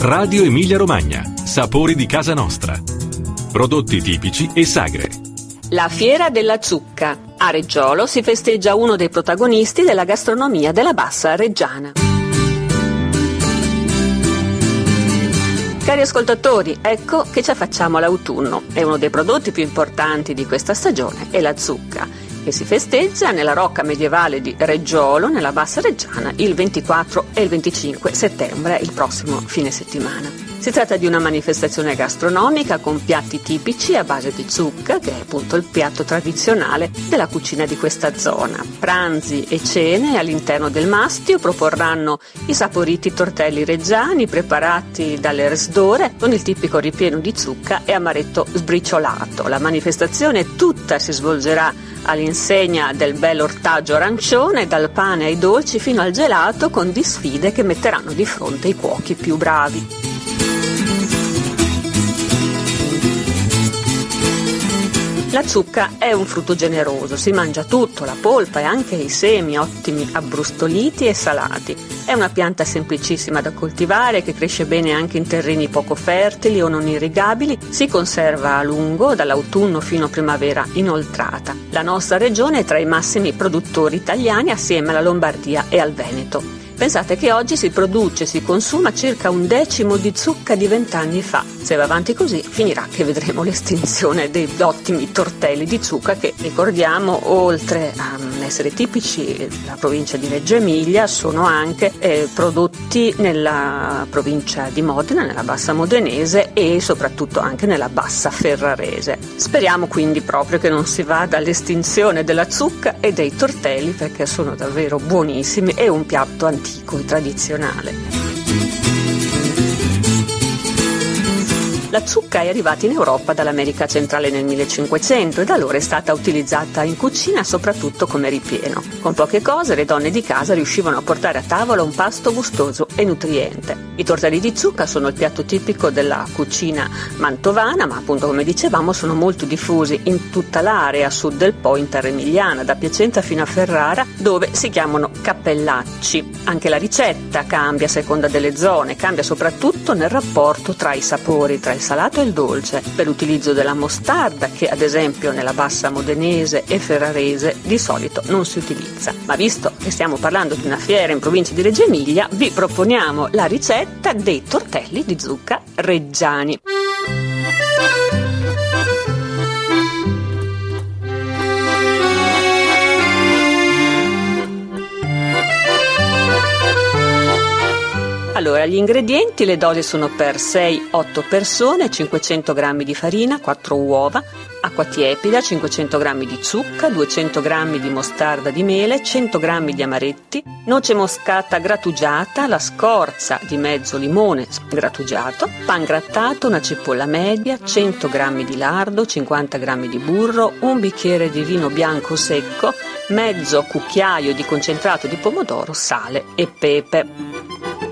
Radio Emilia Romagna, sapori di casa nostra. Prodotti tipici e sagre. La Fiera della Zucca. A Reggiolo si festeggia uno dei protagonisti della gastronomia della Bassa Reggiana. Cari ascoltatori, ecco che ci affacciamo all'autunno e uno dei prodotti più importanti di questa stagione è la zucca, che si festeggia nella rocca medievale di Reggiolo, nella Bassa Reggiana, il 24 e il 25 settembre, il prossimo fine settimana. Si tratta di una manifestazione gastronomica con piatti tipici a base di zucca, che è appunto il piatto tradizionale della cucina di questa zona. Pranzi e cene all'interno del mastio proporranno i saporiti tortelli reggiani preparati dalle resdore con il tipico ripieno di zucca e amaretto sbriciolato. La manifestazione tutta si svolgerà all'insegna del bel ortaggio arancione, dal pane ai dolci fino al gelato, con sfide che metteranno di fronte i cuochi più bravi. La zucca è un frutto generoso, si mangia tutto, la polpa e anche i semi, ottimi abbrustoliti e salati. È una pianta semplicissima da coltivare, che cresce bene anche in terreni poco fertili o non irrigabili, si conserva a lungo, dall'autunno fino a primavera inoltrata. La nostra regione è tra i massimi produttori italiani assieme alla Lombardia e al Veneto. Pensate che oggi si produce e si consuma circa 1/10 di zucca di 20 anni fa. Se va avanti così finirà che vedremo l'estinzione degli ottimi tortelli di zucca che, ricordiamo, oltre a essere tipici della provincia di Reggio Emilia, sono anche prodotti nella provincia di Modena, nella Bassa Modenese e soprattutto anche nella Bassa Ferrarese. Speriamo quindi proprio che non si vada all'estinzione della zucca e dei tortelli, perché sono davvero buonissimi e un piatto antico e tradizionale. La zucca è arrivata in Europa dall'America centrale nel 1500 e da allora è stata utilizzata in cucina soprattutto come ripieno. Con poche cose le donne di casa riuscivano a portare a tavola un pasto gustoso e nutriente. I tortelli di zucca sono il piatto tipico della cucina mantovana, ma appunto, come dicevamo, sono molto diffusi in tutta l'area a sud del Po, in terra emiliana, da Piacenza fino a Ferrara, dove si chiamano cappellacci. Anche la ricetta cambia a seconda delle zone, cambia soprattutto nel rapporto tra i sapori, tra il salato e il dolce, per l'utilizzo della mostarda, che ad esempio nella Bassa Modenese e Ferrarese di solito non si utilizza. Ma visto che stiamo parlando di una fiera in provincia di Reggio Emilia, vi proponiamo la ricetta dei tortelli di zucca reggiani. Allora, gli ingredienti: le dosi sono per 6-8 persone: 500 g di farina, 4 uova, acqua tiepida, 500 g di zucca, 200 g di mostarda di mele, 100 g di amaretti, noce moscata grattugiata, la scorza di mezzo limone grattugiato, pan grattato, una cipolla media, 100 g di lardo, 50 g di burro, un bicchiere di vino bianco secco, mezzo cucchiaio di concentrato di pomodoro, sale e pepe.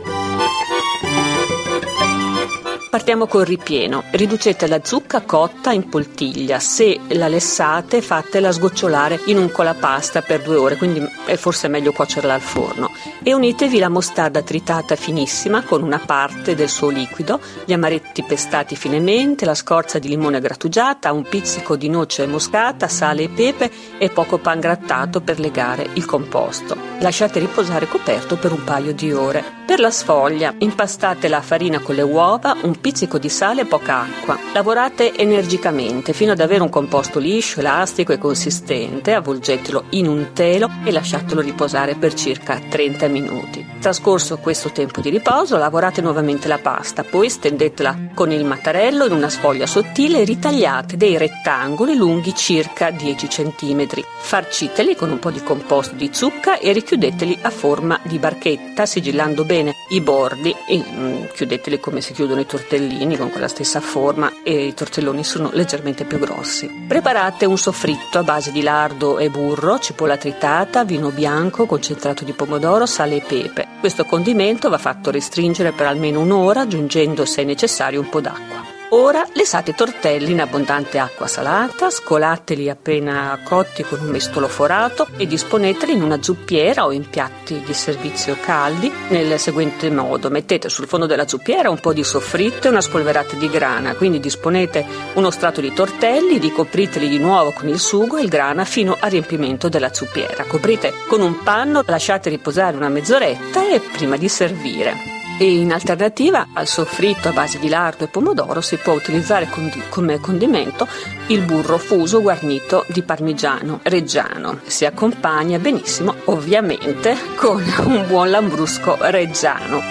Partiamo col ripieno. Riducete la zucca cotta in poltiglia. Se la lessate, fatela sgocciolare in un colapasta per 2 ore, quindi è forse meglio cuocerla al forno. E unitevi la mostarda tritata finissima con una parte del suo liquido, gli amaretti pestati finemente, la scorza di limone grattugiata, un pizzico di noce moscata, sale e pepe e poco pan grattato per legare il composto. Lasciate riposare coperto per un paio di ore. Per la sfoglia, impastate la farina con le uova, un pizzico di sale e poca acqua. Lavorate energicamente fino ad avere un composto liscio, elastico e consistente. Avvolgetelo in un telo e lasciatelo riposare per circa 30 minuti. Trascorso questo tempo di riposo, lavorate nuovamente la pasta, poi stendetela con il mattarello in una sfoglia sottile e ritagliate dei rettangoli lunghi circa 10 cm. Farciteli con un po' di composto di zucca e richiudeteli a forma di barchetta, sigillando bene i bordi e chiudeteli come si chiudono i tortellini, con quella stessa forma, e i tortelloni sono leggermente più grossi. Preparate un soffritto a base di lardo e burro, cipolla tritata, vino bianco, concentrato di pomodoro, sale e pepe. Questo condimento va fatto restringere per almeno un'ora, aggiungendo, se necessario, un po' d'acqua. Ora lesate i tortelli in abbondante acqua salata, scolateli appena cotti con un mestolo forato e disponeteli in una zuppiera o in piatti di servizio caldi nel seguente modo: mettete sul fondo della zuppiera un po' di soffritto e una spolverata di grana, quindi disponete uno strato di tortelli, ricopriteli di nuovo con il sugo e il grana fino a riempimento della zuppiera. Coprite con un panno, lasciate riposare una mezz'oretta e prima di servire. E in alternativa al soffritto a base di lardo e pomodoro si può utilizzare come condimento il burro fuso guarnito di parmigiano reggiano. Si accompagna benissimo, ovviamente, con un buon lambrusco reggiano.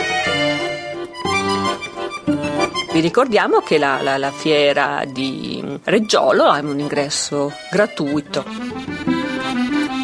Vi ricordiamo che la fiera di Reggiolo ha un ingresso gratuito.